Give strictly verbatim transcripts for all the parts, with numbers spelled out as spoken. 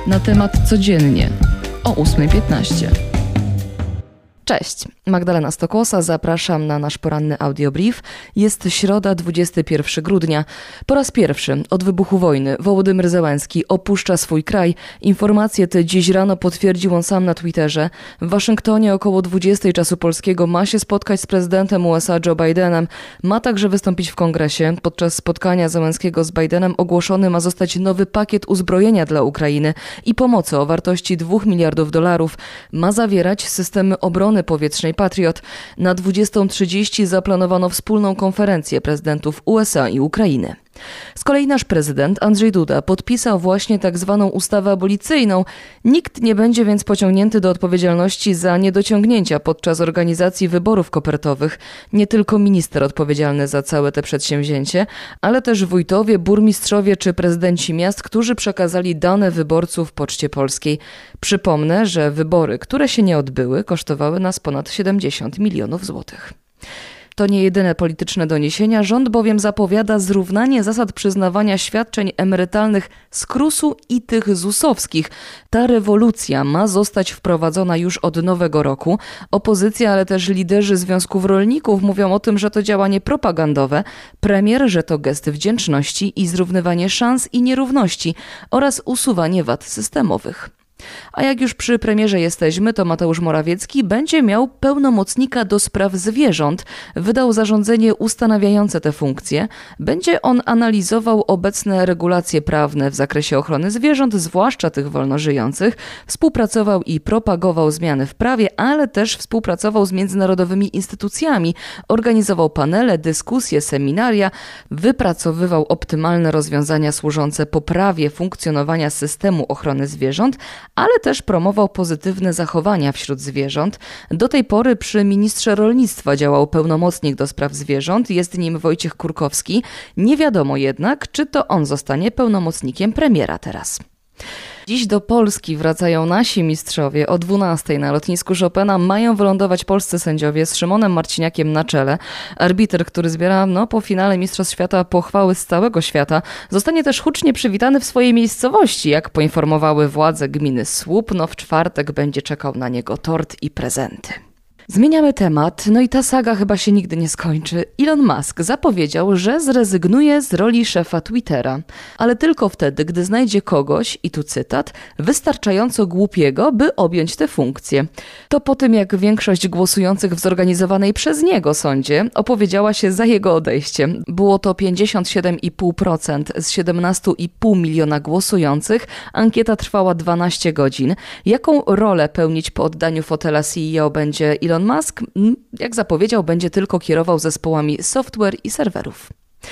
Na temat codziennie o ósma piętnaście. Cześć, Magdalena Stokłosa, zapraszam na nasz poranny audiobrief. Jest środa, dwudziestego pierwszego grudnia. Po raz pierwszy od wybuchu wojny Wołodymyr Zełenski opuszcza swój kraj. Informacje te dziś rano potwierdził on sam na Twitterze. W Waszyngtonie około dwudziestej czasu polskiego ma się spotkać z prezydentem U S A Joe Bidenem. Ma także wystąpić w kongresie. Podczas spotkania Zełenskiego z Bidenem ogłoszony ma zostać nowy pakiet uzbrojenia dla Ukrainy i pomocy o wartości dwóch miliardów dolarów. Ma zawierać systemy obrony powietrznej Patriot. Na dwudziestą trzydzieści zaplanowano wspólną konferencję prezydentów U S A i Ukrainy. Z kolei nasz prezydent Andrzej Duda podpisał właśnie tak zwaną ustawę abolicyjną. Nikt nie będzie więc pociągnięty do odpowiedzialności za niedociągnięcia podczas organizacji wyborów kopertowych. Nie tylko minister odpowiedzialny za całe te przedsięwzięcie, ale też wójtowie, burmistrzowie czy prezydenci miast, którzy przekazali dane wyborców Poczcie Polskiej. Przypomnę, że wybory, które się nie odbyły, kosztowały nas ponad siedemdziesiąt milionów złotych. To nie jedyne polityczne doniesienia, rząd bowiem zapowiada zrównanie zasad przyznawania świadczeń emerytalnych z KRUS-u i tych zusowskich. Ta rewolucja ma zostać wprowadzona już od nowego roku. Opozycja, ale też liderzy związków rolników mówią o tym, że to działanie propagandowe, premier, że to gest wdzięczności i zrównywanie szans i nierówności oraz usuwanie wad systemowych. A jak już przy premierze jesteśmy, to Mateusz Morawiecki będzie miał pełnomocnika do spraw zwierząt. Wydał zarządzenie ustanawiające te funkcje. Będzie on analizował obecne regulacje prawne w zakresie ochrony zwierząt, zwłaszcza tych wolnożyjących. Współpracował i propagował zmiany w prawie, ale też współpracował z międzynarodowymi instytucjami. Organizował panele, dyskusje, seminaria. Wypracowywał optymalne rozwiązania służące poprawie funkcjonowania systemu ochrony zwierząt, ale też promował pozytywne zachowania wśród zwierząt. Do tej pory przy ministrze rolnictwa działał pełnomocnik do spraw zwierząt, jest nim Wojciech Kurkowski. Nie wiadomo jednak, czy to on zostanie pełnomocnikiem premiera teraz. Dziś do Polski wracają nasi mistrzowie. O dwunastej na lotnisku Chopina mają wylądować polscy sędziowie z Szymonem Marciniakiem na czele. Arbiter, który zbiera no, po finale Mistrzostw Świata pochwały z całego świata, zostanie też hucznie przywitany w swojej miejscowości. Jak poinformowały władze gminy Słupno, w czwartek będzie czekał na niego tort i prezenty. Zmieniamy temat, no i ta saga chyba się nigdy nie skończy. Elon Musk zapowiedział, że zrezygnuje z roli szefa Twittera, ale tylko wtedy, gdy znajdzie kogoś, i tu cytat, wystarczająco głupiego, by objąć tę funkcję. To po tym, jak większość głosujących w zorganizowanej przez niego sądzie opowiedziała się za jego odejściem. Było to pięćdziesiąt siedem i pół procent z siedemnaście i pół miliona głosujących. Ankieta trwała dwanaście godzin. Jaką rolę pełnić po oddaniu fotela C E O będzie Elon Elon Musk, jak zapowiedział, będzie tylko kierował zespołami software i serwerów.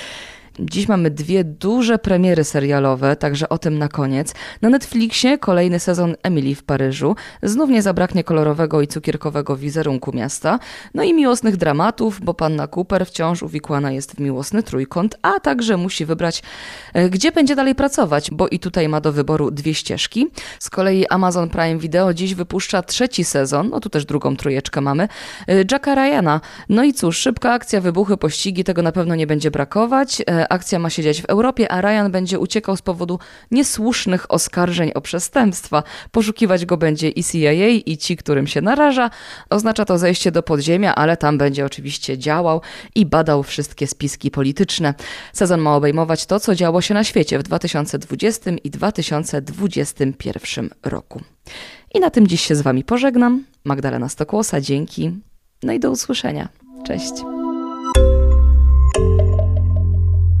Dziś mamy dwie duże premiery serialowe, także o tym na koniec. Na Netflixie kolejny sezon Emily w Paryżu. Znów nie zabraknie kolorowego i cukierkowego wizerunku miasta. No i miłosnych dramatów, bo panna Cooper wciąż uwikłana jest w miłosny trójkąt, a także musi wybrać, gdzie będzie dalej pracować, bo i tutaj ma do wyboru dwie ścieżki. Z kolei Amazon Prime Video dziś wypuszcza trzeci sezon, no tu też drugą trójeczkę mamy, Jacka Ryana. No i cóż, szybka akcja, wybuchy, pościgi, tego na pewno nie będzie brakować. Akcja ma się dziać w Europie, a Ryan będzie uciekał z powodu niesłusznych oskarżeń o przestępstwa. Poszukiwać go będzie i C I A, i ci, którym się naraża. Oznacza to zejście do podziemia, ale tam będzie oczywiście działał i badał wszystkie spiski polityczne. Sezon ma obejmować to, co działo się na świecie w dwa tysiące dwudziestym i dwa tysiące dwudziestym pierwszym roku. I na tym dziś się z wami pożegnam. Magdalena Stokłosa, dzięki. No i do usłyszenia. Cześć.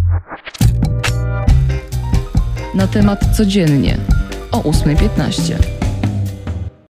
Na temat codziennie o ósma piętnaście.